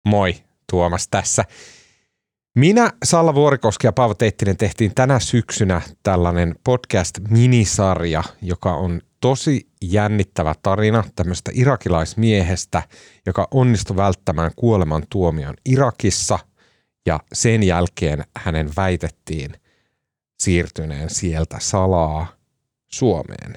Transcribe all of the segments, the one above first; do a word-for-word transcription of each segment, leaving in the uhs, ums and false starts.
Moi, Tuomas tässä. Minä, Salla Vuorikoski ja Paavo Teittinen tehtiin tänä syksynä tällainen podcast-minisarja, joka on tosi jännittävä tarina tämmöistä irakilaismiehestä, joka onnistui välttämään kuoleman tuomion Irakissa ja sen jälkeen hänen väitettiin siirtyneen sieltä salaa Suomeen.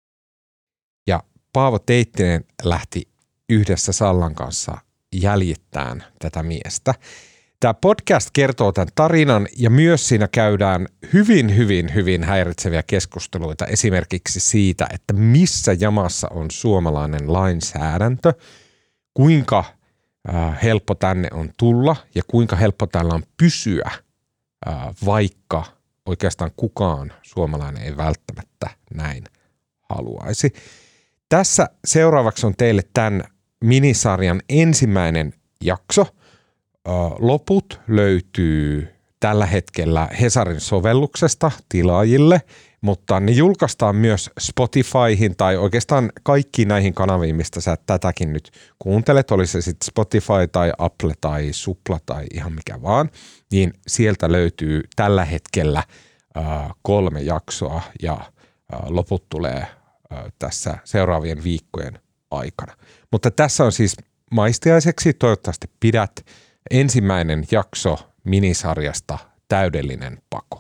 Ja Paavo Teittinen lähti yhdessä Sallan kanssa jäljittämään tätä miestä. Tämä podcast kertoo tämän tarinan ja myös siinä käydään hyvin, hyvin, hyvin häiritseviä keskusteluita esimerkiksi siitä, että missä jamassa on suomalainen lainsäädäntö, kuinka äh, helppo tänne on tulla ja kuinka helppo täällä on pysyä, äh, vaikka oikeastaan kukaan suomalainen ei välttämättä näin haluaisi. Tässä seuraavaksi on teille tämän minisarjan ensimmäinen jakso. Loput löytyy tällä hetkellä Hesarin sovelluksesta tilaajille, mutta ne julkaistaan myös Spotifyhin tai oikeastaan kaikkiin näihin kanaviin, mistä sä tätäkin nyt kuuntelet, oli se sitten Spotify tai Apple tai Supla tai ihan mikä vaan, niin sieltä löytyy tällä hetkellä äh, kolme jaksoa ja äh, loput tulee äh, tässä seuraavien viikkojen aikana. Mutta tässä on siis maistiaiseksi, toivottavasti pidät ensimmäinen jakso minisarjasta Täydellinen pako.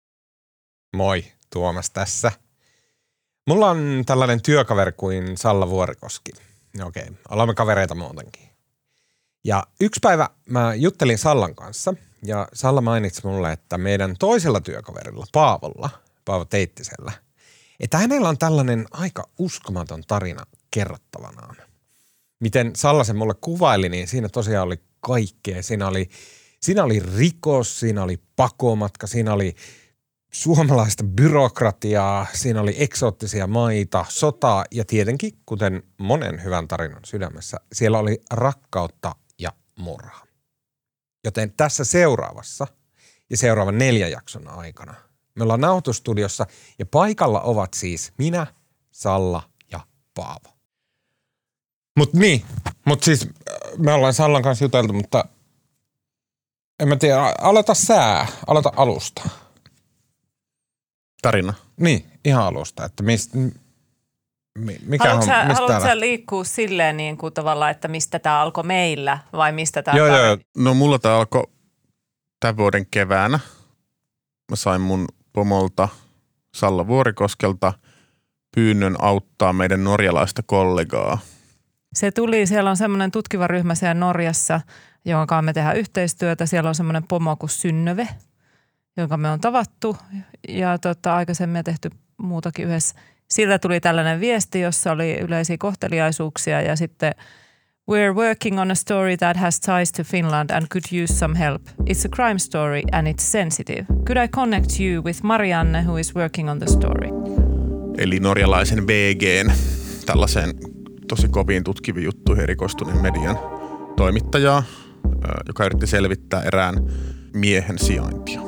Moi, Tuomas tässä. Mulla on tällainen työkaveri kuin Salla Vuorikoski. Okei, olemme kavereita muutenkin. Ja yksi päivä mä juttelin Sallan kanssa ja Salla mainitsi mulle, että meidän toisella työkaverilla, Paavolla, Paavo Teittisellä, että hänellä on tällainen aika uskomaton tarina kerrottavanaan. Miten Salla sen mulle kuvaili, niin siinä tosiaan oli kaikkea. Siinä oli, siinä oli rikos, siinä oli pakomatka, siinä oli suomalaista byrokratiaa, siinä oli eksoottisia maita, sotaa ja tietenkin, kuten monen hyvän tarinan sydämessä, siellä oli rakkautta ja murhaa. Joten tässä seuraavassa ja seuraavan neljän jakson aikana me ollaan nauhoitustudiossa ja paikalla ovat siis minä, Salla ja Paavo. Mut niin, mut siis me ollaan Sallan kanssa juteltu, mutta en mä tiedä, aloita sää, aloita alusta. Tarina? Niin, ihan alusta, että mistä, mikä haluatko on, sä, mistä haluatko täällä? sä liikkua silleen niin kuin tavallaan, että mistä tää alkoi meillä vai mistä tää Joo, joo. No mulla tää alkoi tämän vuoden keväänä. Mä sain mun pomolta Salla Vuorikoskelta pyynnön auttaa meidän norjalaista kollegaa. Se tuli, siellä on semmoinen tutkiva ryhmä siellä Norjassa, jonka me tehdään yhteistyötä. Siellä on semmoinen pomo kuin Synnöve, jonka me on tavattu ja tota, aikaisemmin tehty muutakin yhdessä. Siltä tuli tällainen viesti, jossa oli yleisiä kohteliaisuuksia ja sitten we're working on a story that has ties to Finland and could use some help. It's a crime story and it's sensitive. Could I connect you with Marianne who is working on the story? Eli norjalaisen V G:n, tällaisen tosi koviin tutkiviin juttuihin erikoistuneen median toimittajaa, joka yritti selvittää erään miehen sijaintia.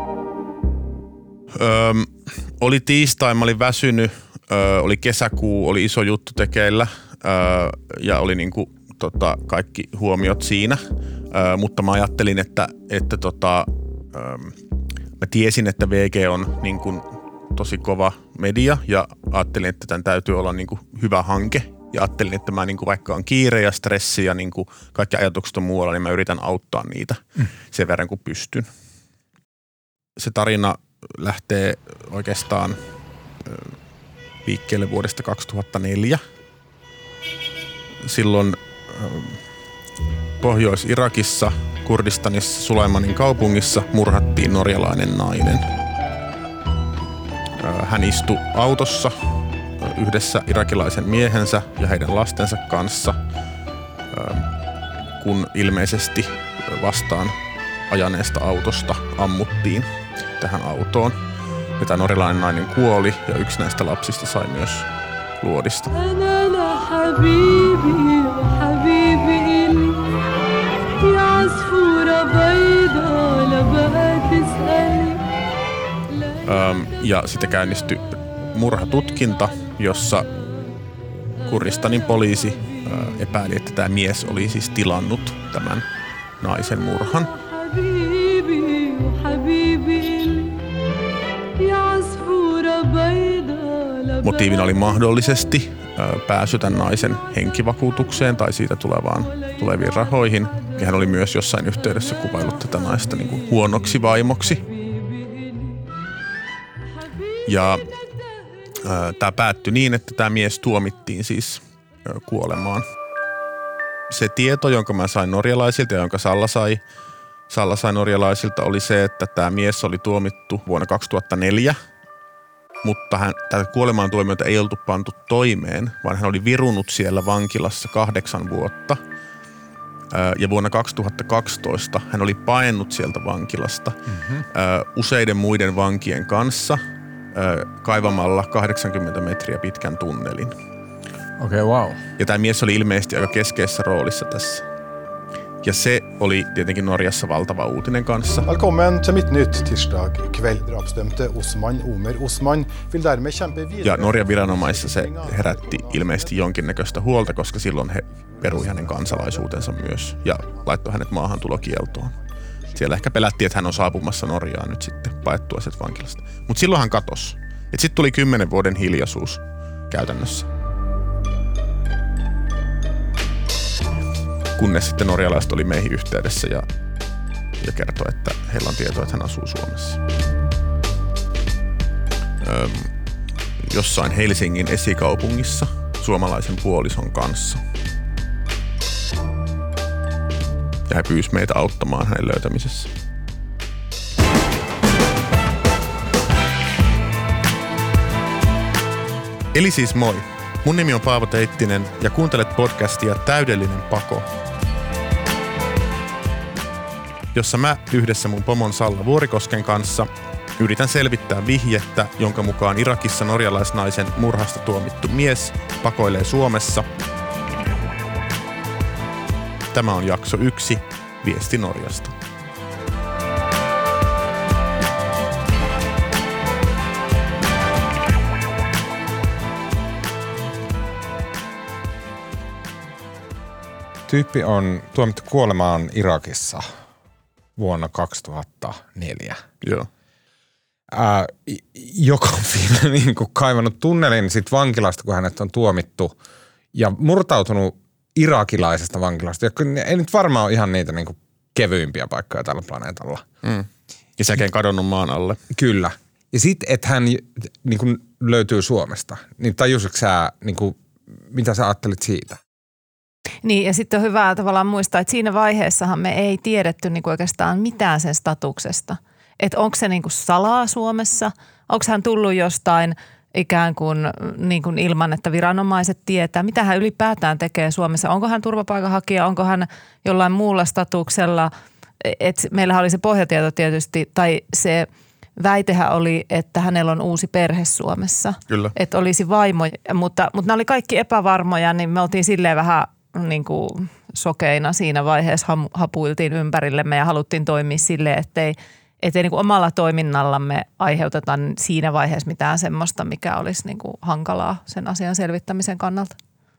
Öö, oli tiistai, mä olin väsynyt, öö, oli kesäkuu, oli iso juttu tekeillä öö, ja oli niinku, tota, kaikki huomiot siinä, öö, mutta mä ajattelin, että, että tota, öö, mä tiesin, että V G on niinku tosi kova media ja ajattelin, että tämän täytyy olla niinku hyvä hanke. Ja ajattelin, että mä niinku vaikka on kiire ja stressi ja niinku kaikki ajatukset on muualla, niin mä yritän auttaa niitä mm. sen verran kuin pystyn. Se tarina lähtee oikeastaan liikkeelle vuodesta kaksituhattaneljä. Silloin Pohjois-Irakissa, Kurdistanissa, Sulaimanin kaupungissa murhattiin norjalainen nainen. Hän istui autossa yhdessä irakilaisen miehensä ja heidän lastensa kanssa, kun ilmeisesti vastaan ajaneesta autosta ammuttiin tähän autoon. Ja tämä norjalainen nainen kuoli ja yksi näistä lapsista sai myös luodista. Ja sitten käynnistyi murhatutkinta, jossa Kurdistanin poliisi epäili, että tämä mies oli siis tilannut tämän naisen murhan. Motiivina oli mahdollisesti pääsy tämän naisen henkivakuutukseen tai siitä tulevaan, tuleviin rahoihin. Ja hän oli myös jossain yhteydessä kuvaillut tätä naista niin kuin huonoksi vaimoksi. Ja tämä päättyi niin, että tämä mies tuomittiin siis ö, kuolemaan. Se tieto, jonka mä sain norjalaisilta ja jonka Salla sai, Salla sai norjalaisilta, oli se, että tämä mies oli tuomittu vuonna kaksituhattaneljä. Mutta hän, tätä kuolemaan tuomiota ei oltu pantu toimeen, vaan hän oli virunut siellä vankilassa kahdeksan vuotta. Ja vuonna kaksituhattakaksitoista hän oli paennut sieltä vankilasta mm-hmm. useiden muiden vankien kanssa kaivamalla kahdeksankymmentä metriä pitkän tunnelin. Okei, okay, wow. Ja tämä mies oli ilmeisesti aika keskeisessä roolissa tässä. Ja se oli tietenkin Norjassa valtava uutinen kanssa. Välkommen till mitt nytt tirsdag kväll. Drapsdömte Osman Omer Osman vill därmed kämpa vidare. Ja Norjan viranomaisissa se herätti ilmeisesti jonkinnäköistä huolta, koska silloin he perui hänen kansalaisuutensa myös ja laittoi hänet maahantulokieltoon. Siellä ehkä pelättiin, että hän on saapumassa Norjaan nyt sitten paettua sieltä vankilasta. Mutta silloin hän katosi. Sitten tuli kymmenen vuoden hiljaisuus käytännössä. Kunnes sitten norjalaiset oli meihin yhteydessä ja, ja kertoi, että heillä on tietoa, että hän asuu Suomessa. Öm, jossain Helsingin esikaupungissa suomalaisen puolison kanssa. Ja he pyysi meitä auttamaan hänen löytämisessä. Eli siis moi. Mun nimi on Paavo Teittinen ja kuuntelet podcastia Täydellinen pako, jossa mä yhdessä mun pomon Salla Vuorikosken kanssa yritän selvittää vihjettä, jonka mukaan Irakissa norjalaisnaisen murhasta tuomittu mies pakoilee Suomessa. Tämä on jakso yksi, Viesti Norjasta. Tyyppi on tuomittu kuolemaan Irakissa vuonna kaksituhattaneljä. Joo. Ää, joka on vielä niin kuin kaivannut tunnelin sit vankilasta, kun hänet on tuomittu ja murtautunut irakilaisesta vankilasta, joka ei nyt varmaan ole ihan niitä niin kuin kevyimpiä paikkoja tällä planeetalla. Mm. Ja säkeen kadonnut maan alle. Kyllä. Ja sitten, että hän niin kuin löytyy Suomesta, niin tajusitko sä, niin kuin, mitä sä ajattelit siitä? Niin, ja sitten on hyvä tavallaan muistaa, että siinä vaiheessahan me ei tiedetty niin kuin oikeastaan mitään sen statuksesta. Että onko se niin kuin salaa Suomessa, onko hän tullut jostain ikään kuin, niin kuin ilman, että viranomaiset tietää, mitä hän ylipäätään tekee Suomessa. Onko hän turvapaikanhakija, onko hän jollain muulla statuksella. Et meillähän oli se pohjatieto tietysti, tai se väitehän oli, että hänellä on uusi perhe Suomessa. Kyllä. Että olisi vaimo, mutta, mutta nämä oli kaikki epävarmoja, niin me oltiin silleen vähän niin kuin sokeina siinä vaiheessa, hapuiltiin ympärillemme ja haluttiin toimia silleen, ettei, ettei niin kuin omalla toiminnallamme aiheuteta siinä vaiheessa mitään semmoista, mikä olisi niin kuin hankalaa sen asian selvittämisen kannalta.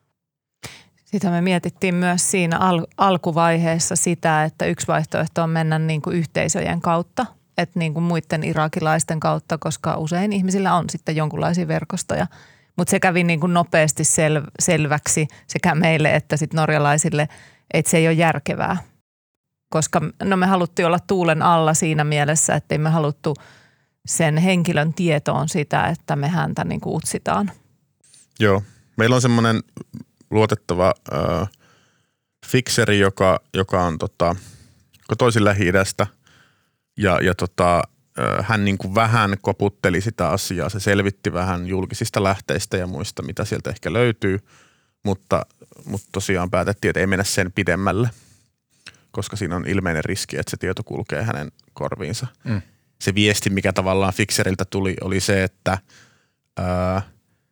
Sitä me mietittiin myös siinä al- alkuvaiheessa sitä, että yksi vaihtoehto on mennä niin kuin yhteisöjen kautta, että niin kuin muiden irakilaisten kautta, koska usein ihmisillä on sitten jonkunlaisia verkostoja. Mutta se kävi niin kuin nopeasti sel- selväksi sekä meille että sitten norjalaisille, että se ei ole järkevää. Koska no me haluttiin olla tuulen alla siinä mielessä, että ei me haluttu sen henkilön tietoon sitä, että me häntä niin kuin utsitaan. Joo. Meillä on semmoinen luotettava äh, fikseri, joka, joka on tota, kotoisin Lähi-idästä ja, ja tota, äh, hän niin kuin vähän koputteli sitä asiaa. Se selvitti vähän julkisista lähteistä ja muista, mitä sieltä ehkä löytyy, mutta, mutta tosiaan päätettiin, että ei mennä sen pidemmälle, koska siinä on ilmeinen riski, että se tieto kulkee hänen korviinsa. Mm. Se viesti, mikä tavallaan fikseriltä tuli, oli se, että äh,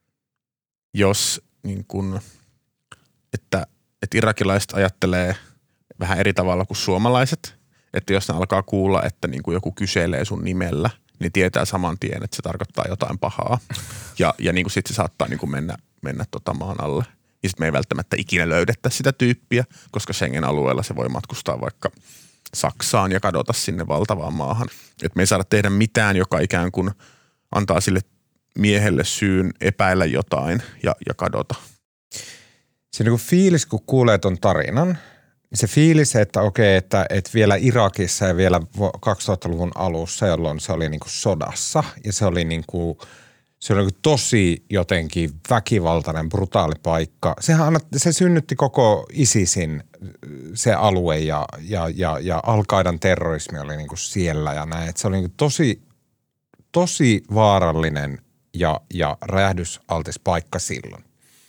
jos niin kun, että, että irakilaiset ajattelee vähän eri tavalla kuin suomalaiset, että jos ne alkaa kuulla, että niin kuin joku kyselee sun nimellä, niin tietää saman tien, että se tarkoittaa jotain pahaa. Ja, ja niin kuin sit se saattaa niin kuin mennä, mennä tota maan alle. ja sitten me ei välttämättä ikinä löydettäisi sitä tyyppiä, koska Schengen-alueella se voi matkustaa vaikka Saksaan ja kadota sinne valtavaan maahan. Et me ei saada tehdä mitään, joka ikään kuin antaa sille miehelle syyn epäillä jotain ja, ja kadota. Se niin kuin fiilis, kun kuulee ton tarinan, niin se fiilis, että okei, että, että vielä Irakissa ja vielä kaksituhattaluvun alussa, jolloin se oli niin kuin sodassa ja se oli niin kuin, se oli niin kuin tosi jotenkin väkivaltainen, brutaali paikka. Sehän se synnytti koko ISISin se alue ja, ja, ja, ja Al-Qaidan terrorismi oli niin kuin siellä ja näin. Että se oli niin kuin tosi, tosi vaarallinen ja, ja räjähdysaltis paikka silloin.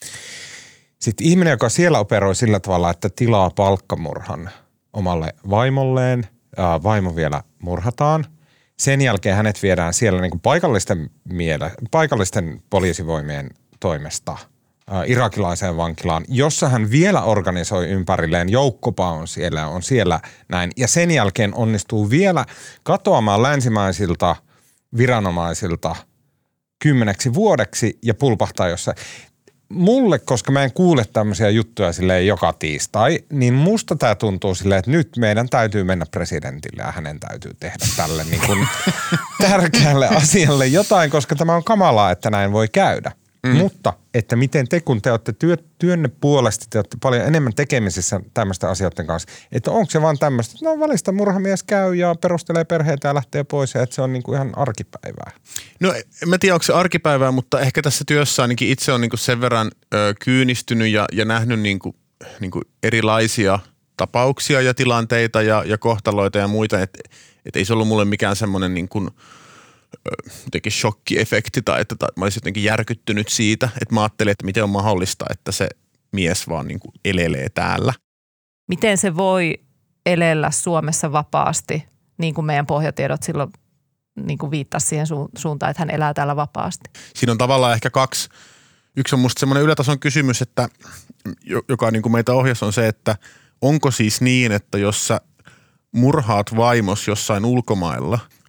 Sitten ihminen, joka siellä operoi sillä tavalla, että tilaa palkkamurhan omalle vaimolleen, ää, vaimo vielä murhataan. Sen jälkeen hänet viedään siellä niin kuin paikallisten, miele, paikallisten poliisivoimien toimesta ää, irakilaiseen vankilaan, jossa hän vielä organisoi ympärilleen joukkopaon siellä, on siellä näin. Ja sen jälkeen onnistuu vielä katoamaan länsimaisilta viranomaisilta kymmeneksi vuodeksi ja pulpahtaa jossain. Mulle, koska mä en kuule tämmöisiä juttuja silleen joka tiistai, niin musta tää tuntuu silleen, että nyt meidän täytyy mennä presidentille ja hänen täytyy tehdä tälle niin kuin tärkeälle asialle jotain, koska tämä on kamalaa, että näin voi käydä. Mm. Mutta, että miten te, kun te olette työ, työnne puolesta, te olette paljon enemmän tekemisissä tämmöisten asioiden kanssa, että onko se vaan tämmöistä, että no välistä murhamies käy ja perustelee perheitä ja lähtee pois ja että se on niinku ihan arkipäivää. No en mä tiedä, onko se arkipäivää, mutta ehkä tässä työssä ainakin itse on niinku sen verran ö, kyynistynyt ja, ja nähnyt niinku, niinku erilaisia tapauksia ja tilanteita ja, ja kohtaloita ja muita, että et ei se ollut mulle mikään semmoinen niinku jotenkin shokkiefekti tai että tai mä olisin jotenkin järkyttynyt siitä, että mä ajattelin, että miten on mahdollista, että se mies vaan niin kuin elelee täällä. Miten se voi elellä Suomessa vapaasti, niin kuin meidän pohjatiedot silloin niin kuin viittasi siihen suuntaan, että hän elää täällä vapaasti? Siinä on tavallaan ehkä kaksi. Yksi on musta semmoinen ylätason kysymys, että, joka niin kuin meitä ohjasi on se, että onko siis niin, että jos sä murhaat vaimos jossain ulkomailla –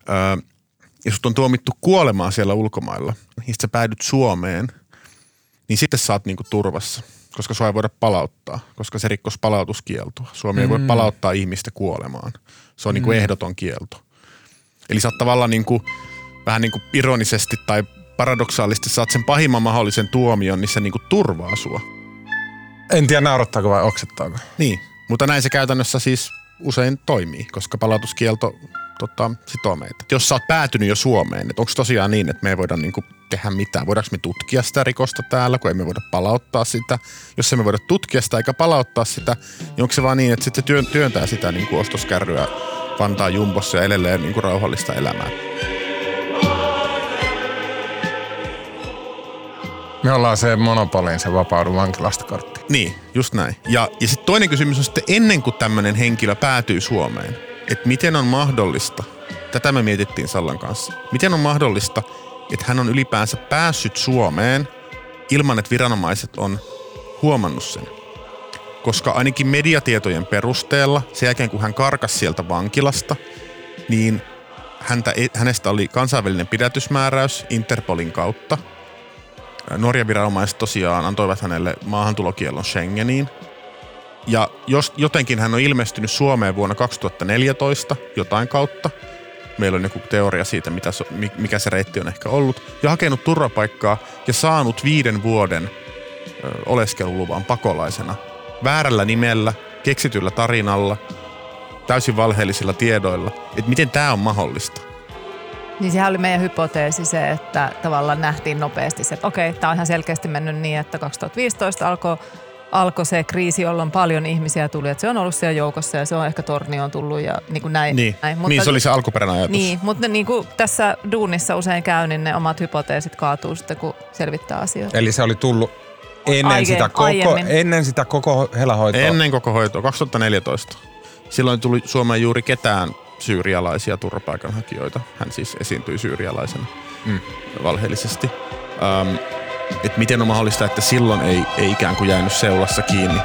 ja sut on tuomittu kuolemaan siellä ulkomailla, ja sä päädyt Suomeen, niin sitten sä oot niinku turvassa, koska sua ei voida palauttaa, koska se rikkos palautuskieltoa. Suomi mm. ei voi palauttaa ihmistä kuolemaan. Se on niinku mm. ehdoton kielto. Eli sä oot tavallaan niinku, vähän niinku ironisesti tai paradoksaalisesti saat sen pahimman mahdollisen tuomion, niin se niinku turvaa sua. En tiedä naurattaako vai oksettaako. Niin, mutta näin se käytännössä siis usein toimii, koska palautuskielto tota, sitoo meitä. Jos sä oot päätynyt jo Suomeen, että onko tosiaan niin, että me ei voida niinku tehdä mitään? Voidaanko me tutkia sitä rikosta täällä, kun emme voida palauttaa sitä? Jos emme voida tutkia sitä eikä palauttaa sitä, niin onko se vaan niin, että sitten se työntää sitä niinku ostoskärryä Vantaan jumbossa ja edelleen niinku rauhallista elämää? Me ollaan se monopolin, se vapaudu vankilasta kortti. Niin, just näin. Ja, ja sitten toinen kysymys on sitten ennen kuin tämmöinen henkilö päätyy Suomeen, että miten on mahdollista, tätä me mietittiin Sallan kanssa, miten on mahdollista, että hän on ylipäänsä päässyt Suomeen ilman, että viranomaiset on huomannut sen. Koska ainakin mediatietojen perusteella, sen jälkeen kun hän karkasi sieltä vankilasta, niin häntä, hänestä oli kansainvälinen pidätysmääräys Interpolin kautta. Norjan viranomaiset tosiaan antoivat hänelle maahantulokiellon Schengeniin. Ja jos jotenkin hän on ilmestynyt Suomeen vuonna kaksituhattaneljätoista jotain kautta, meillä on joku teoria siitä, mitä, mikä se reitti on ehkä ollut, ja hakenut turvapaikkaa ja saanut viiden vuoden ö, oleskeluluvan pakolaisena. Väärällä nimellä, keksityllä tarinalla, täysin valheellisilla tiedoilla. Että miten tämä on mahdollista? Niin sehän oli meidän hypoteesi se, että tavallaan nähtiin nopeasti se, että okei, tämä on ihan selkeästi mennyt niin, että kaksituhattaviisitoista alkoi alkoi se kriisi, jolloin paljon ihmisiä tuli, että se on ollut siellä joukossa ja se on ehkä Tornioon tullut ja niin kuin näin. Niin, näin. Mutta, niin se oli se alkuperäinen ajatus. Niin, mutta niin kuin tässä duunissa usein käy, niin ne omat hypoteesit kaatuu sitten, kun selvittää asioita. Eli se oli tullut ennen, Aike, sitä, koko, ennen sitä koko helahoitoa? Ennen koko hoitoa, kaksituhattaneljätoista. Silloin tuli Suomeen juuri ketään syyrialaisia turvapaikanhakijoita. Hän siis esiintyi syyrialaisena mm. valheellisesti. Um, että miten on mahdollista, että silloin ei, ei ikään kuin jäänyt seulassa kiinni.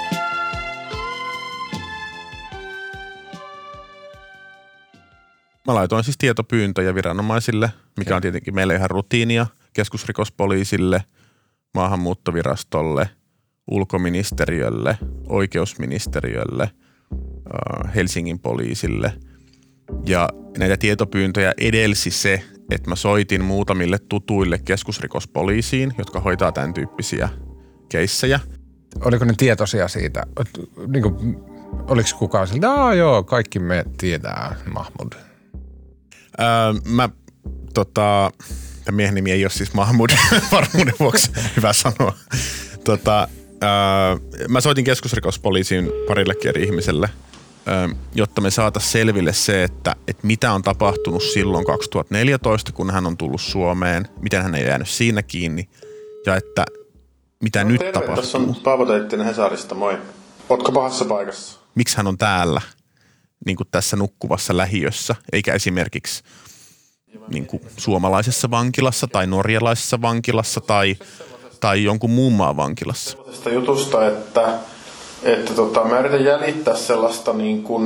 Mä mä laitoin siis tietopyyntöjä viranomaisille, mikä on tietenkin meille ihan rutiinia, keskusrikospoliisille, maahanmuuttovirastolle, ulkoministeriölle, oikeusministeriölle, Helsingin poliisille. Ja näitä tietopyyntöjä edelsi se, että mä soitin muutamille tutuille keskusrikospoliisiin, jotka hoitaa tämän tyyppisiä keissejä. Oliko ne tietoisia siitä? Niin kuin, oliko kukaan siltä, että joo, kaikki me tietää Mahmud? Öö, mä, tota, tämä miehen nimi ei ole siis Mahmud, varmuuden vuoksi hyvä sanoa. Tota, öö, mä soitin keskusrikospoliisiin parillekin eri ihmiselle, öö, jotta me saataisiin selville se, että, että mitä on tapahtunut silloin kaksituhattaneljätoista, kun hän on tullut Suomeen, miten hän ei jäänyt siinä kiinni ja että mitä no, nyt terve, tapahtuu. Tässä on Paavo Teittinen Hesarista, moi. Ootko pahassa paikassa? Miksi hän on täällä, niin kuin tässä nukkuvassa lähiössä, eikä esimerkiksi niin kuin suomalaisessa vankilassa tai norjalaisessa vankilassa tai, tai jonkun muun maan vankilassa? Tästä jutusta, että, että tota, mä yritän jäljittää sellaista niin kuin,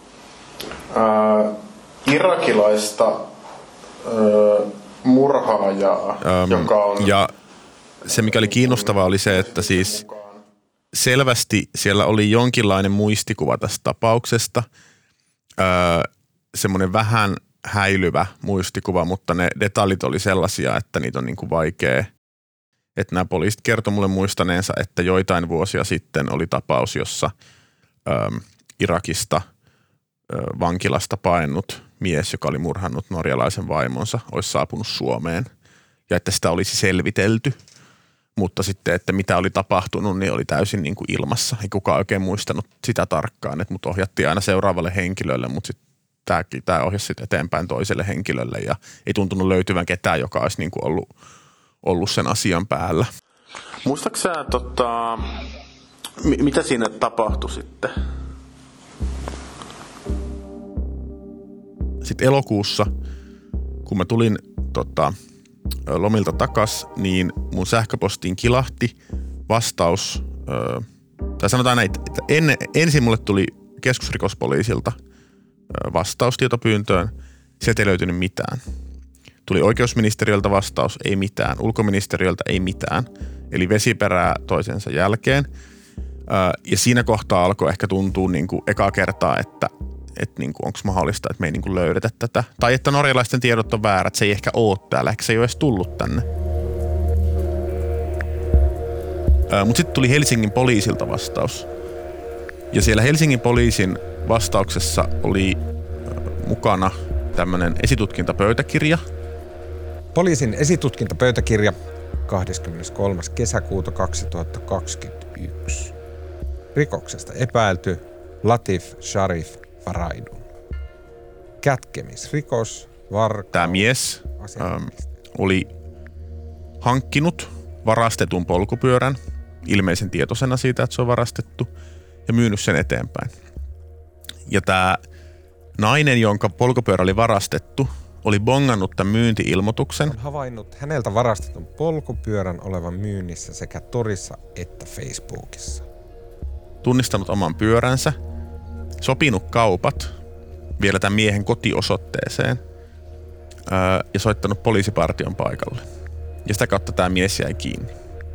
ää, irakilaista ää, murhaajaa, Öm, joka on... Ja se, mikä oli kiinnostavaa, oli se, että siis selvästi siellä oli jonkinlainen muistikuva tästä tapauksesta. Öö, semmoinen vähän häilyvä muistikuva, mutta ne detaljit oli sellaisia, että niitä on niin kuin vaikea. Että nämä poliisit kertoi mulle muistaneensa, että joitain vuosia sitten oli tapaus, jossa öö, Irakista öö, vankilasta paennut mies, joka oli murhannut norjalaisen vaimonsa, olisi saapunut Suomeen ja että sitä olisi selvitelty. Mutta sitten, että mitä oli tapahtunut, niin oli täysin niin kuin ilmassa. Ei kukaan oikein muistanut sitä tarkkaan, että mut ohjattiin aina seuraavalle henkilölle, mutta sitten tämäkin, tämä ohjasi sitten eteenpäin toiselle henkilölle ja ei tuntunut löytyvän ketään, joka olisi niin kuin ollut, ollut sen asian päällä. Muistatko sä, tota, m- mitä siinä tapahtui sitten? Sitten elokuussa, kun mä tulin tota, lomilta takas, niin mun sähköpostiin kilahti vastaus, ö, tai sanotaan näin, että ennen, ensin mulle tuli keskusrikospoliisilta ö, vastaus tietopyyntöön, sieltä ei löytynyt mitään. Tuli oikeusministeriöltä vastaus, ei mitään, ulkoministeriöltä ei mitään, eli vesiperää toisensa jälkeen. Ö, ja siinä kohtaa alkoi ehkä tuntua niin kuin ekaa kertaa, että että niinku, onko mahdollista, että me ei niinku löydetä tätä. Tai että norjalaisten tiedot on väärät, se ei ehkä ole täällä, ehkä se ei ole edes tullut tänne. Mutta sitten tuli Helsingin poliisilta vastaus. Ja siellä Helsingin poliisin vastauksessa oli äh, mukana tämmöinen esitutkintapöytäkirja. Poliisin esitutkintapöytäkirja kahdeskymmeneskolmas kesäkuuta kaksituhattakaksikymmentäyksi. Rikoksesta epäilty Latif Sharif Faraidun. Kätkemisrikos, varkaus. Tämä mies ähm, oli hankkinut varastetun polkupyörän, ilmeisen tietoisena siitä, että se on varastettu, ja myynyt sen eteenpäin. Ja tämä nainen, jonka polkupyörä oli varastettu, oli bongannut tämän myynti-ilmoituksen. On havainnut häneltä varastetun polkupyörän olevan myynnissä sekä torissa että Facebookissa. Tunnistanut oman pyöränsä, sopinut kaupat vielä tämän miehen kotiosoitteeseen öö, ja soittanut poliisipartion paikalle. Ja sitä kautta tämä mies jäi kiinni.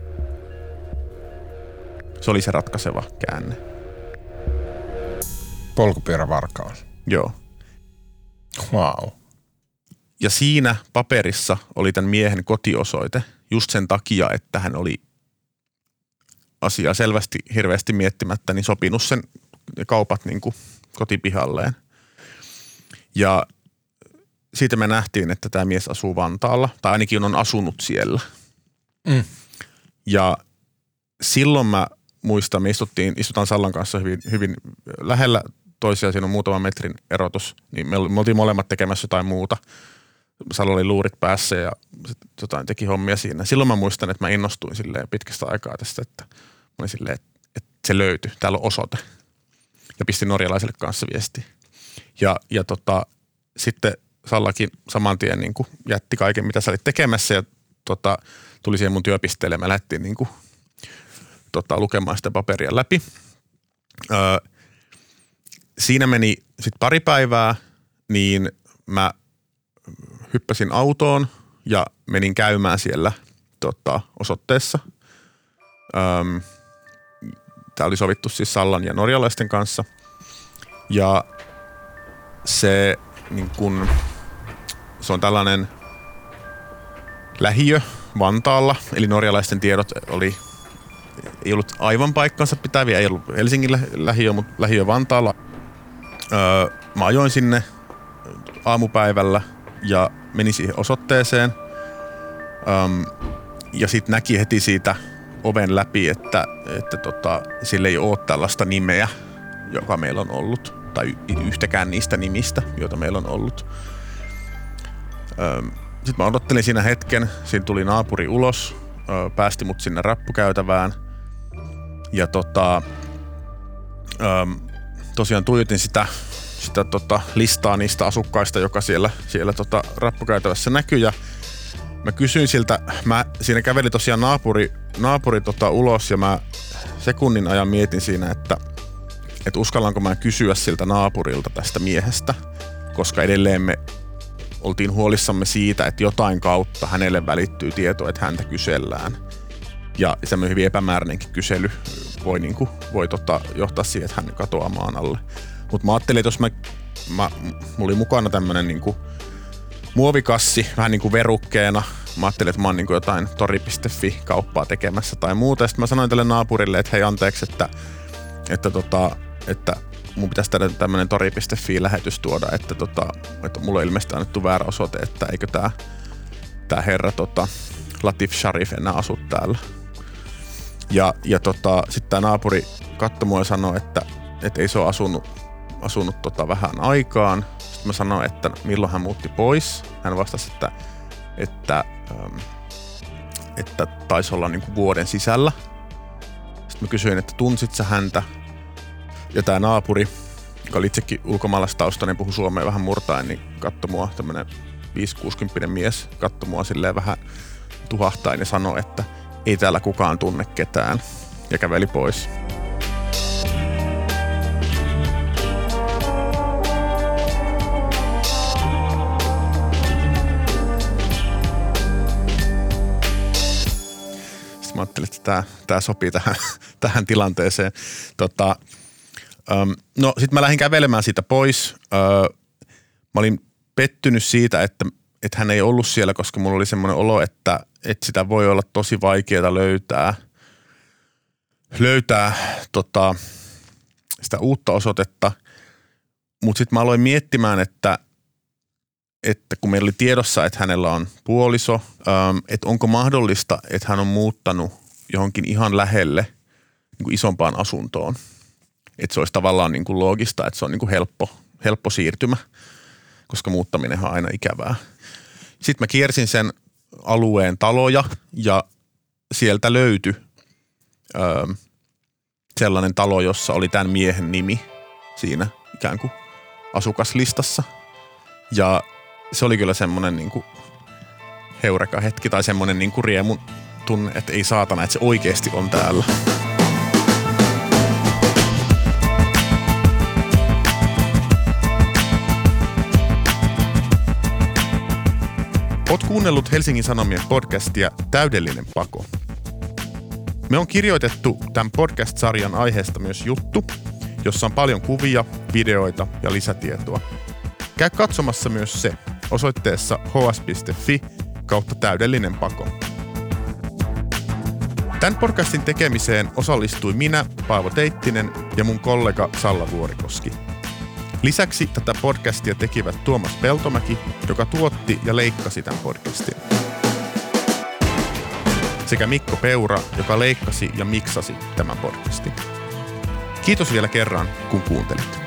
Se oli se ratkaiseva käänne. Polkupyörävarkaus. Joo. Wow. Ja siinä paperissa oli tämän miehen kotiosoite just sen takia, että hän oli asiaa selvästi hirveästi miettimättä, niin sopinut sen kaupat niin kuin kotipihalleen. Ja siitä me nähtiin, että tämä mies asuu Vantaalla, tai ainakin on asunut siellä. Mm. Ja silloin mä muistan, me istuttiin, istutaan Sallan kanssa hyvin, hyvin lähellä toisiaan, siinä on muutama metrin erotus, niin me, me oltiin molemmat tekemässä jotain muuta. Salla oli luurit päässä ja jotain teki hommia siinä. Silloin mä muistan, että mä innostuin silleen pitkästä aikaa tästä, että mä olin silleen, että, että se löytyi, täällä on osoite. Ja pistin norjalaiselle kanssa viestiä. Ja, ja tota, sitten Sallakin saman tien niin kuin jätti kaiken, mitä sä olit tekemässä ja tota, tuli siihen mun työpisteelle. Mä lähdettiin niin kuin, tota, lukemaan sitä paperia läpi. Öö, siinä meni sitten pari päivää, niin mä hyppäsin autoon ja menin käymään siellä tota, osoitteessa. Öm, Tämä oli sovittu siis Sallan ja norjalaisten kanssa. Ja se, niin kun, se on tällainen lähiö Vantaalla, eli norjalaisten tiedot oli, ei ollut aivan paikkansa pitäviä, ei ollut Helsingin lähiö, mutta lähiö Vantaalla. Öö, mä ajoin sinne aamupäivällä ja menin siihen osoitteeseen. Öm, ja sitten näki heti siitä oven läpi, että, että tota, sillä ei ole tällaista nimeä, joka meillä on ollut, tai yhtäkään niistä nimistä, joita meillä on ollut. Öm, Sitten mä odottelin siinä hetken, siinä tuli naapuri ulos, ö, päästi mut sinne rappukäytävään ja tota, ö, tosiaan tuijotin sitä, sitä tota listaa niistä asukkaista, joka siellä, siellä tota rappukäytävässä näkyi ja mä kysyin siltä, mä siinä käveli tosiaan naapuri, naapuri tota ulos ja mä sekunnin ajan mietin siinä, että, että uskallanko mä kysyä siltä naapurilta tästä miehestä, koska edelleen me oltiin huolissamme siitä, että jotain kautta hänelle välittyy tieto, että häntä kysellään. Ja semmoinen hyvin epämääräinenkin kysely voi, niin kuin, voi tota, johtaa siihen, että hän katoaa maan alle. Mutta mä ajattelin, että jos mä, mä, mulla oli mukana tämmöinen niin kuin muovikassi, vähän niin kuin verukkeena. Mä ajattelin, että mä oon niin kuin jotain tori piste fi-kauppaa tekemässä tai muuta. Sitten mä sanoin tälle naapurille, että hei anteeksi, että, että, tota, että mun pitäisi tehdä tämmönen tori piste fi-lähetys tuoda, että, tota, että mulla on ilmeisesti annettu väärä osoite, että eikö tää, tää herra tota, Latif Sharif enää asu täällä. Ja, ja tota, sitten tää naapuri katsoi mua ja sanoi, että, että ei se ole asunut, asunut tota vähän aikaan. Sitten mä sanoin, että milloin hän muutti pois. Hän vastasi, että, että, ähm, että taisi olla niinku vuoden sisällä. Sitten mä kysyin, että tunsit sä häntä? Ja tää naapuri, joka oli itsekin ulkomaalaistaustainen, puhui suomea vähän murtaen, niin katsoi mua, tämmönen viisi-kuusikymppinen mies, katsoi mua silleen vähän tuhahtain ja sanoi, että ei täällä kukaan tunne ketään, ja käveli pois. Sitten mä ajattelin, että tää, tää sopii tähän, tähän tilanteeseen. Tota, Um, no sit mä lähdin kävelemään siitä pois. Uh, mä olin pettynyt siitä, että, että hän ei ollut siellä, koska mulla oli semmoinen olo, että, että sitä voi olla tosi vaikeaa löytää, löytää tota, sitä uutta osoitetta. Mut sit mä aloin miettimään, että, että kun meillä oli tiedossa, että hänellä on puoliso, um, että onko mahdollista, että hän on muuttanut johonkin ihan lähelle niin kuin isompaan asuntoon. Että se olisi tavallaan niin kuin loogista, että se on niin kuin helppo, helppo siirtymä, koska muuttaminen on aina ikävää. Sitten mä kiersin sen alueen taloja ja sieltä löytyi öö, sellainen talo, jossa oli tämän miehen nimi siinä ikään kuin asukaslistassa. Ja se oli kyllä semmoinen niin kuin heureka hetki tai semmoinen niin kuin riemun tunne, että ei saatana, että se oikeasti on täällä. Oot kuunnellut Helsingin Sanomien podcastia Täydellinen pako. Me on kirjoitettu tämän podcast-sarjan aiheesta myös juttu, jossa on paljon kuvia, videoita ja lisätietoa. Käy katsomassa myös se osoitteessa h s piste f i kautta täydellinen pako. Tämän podcastin tekemiseen osallistui minä, Paavo Teittinen ja mun kollega Salla Vuorikoski. Lisäksi tätä podcastia tekivät Tuomas Peltomäki, joka tuotti ja leikkasi tämän podcastin. Sekä Mikko Peura, joka leikkasi ja miksasi tämän podcastin. Kiitos vielä kerran, kun kuuntelit.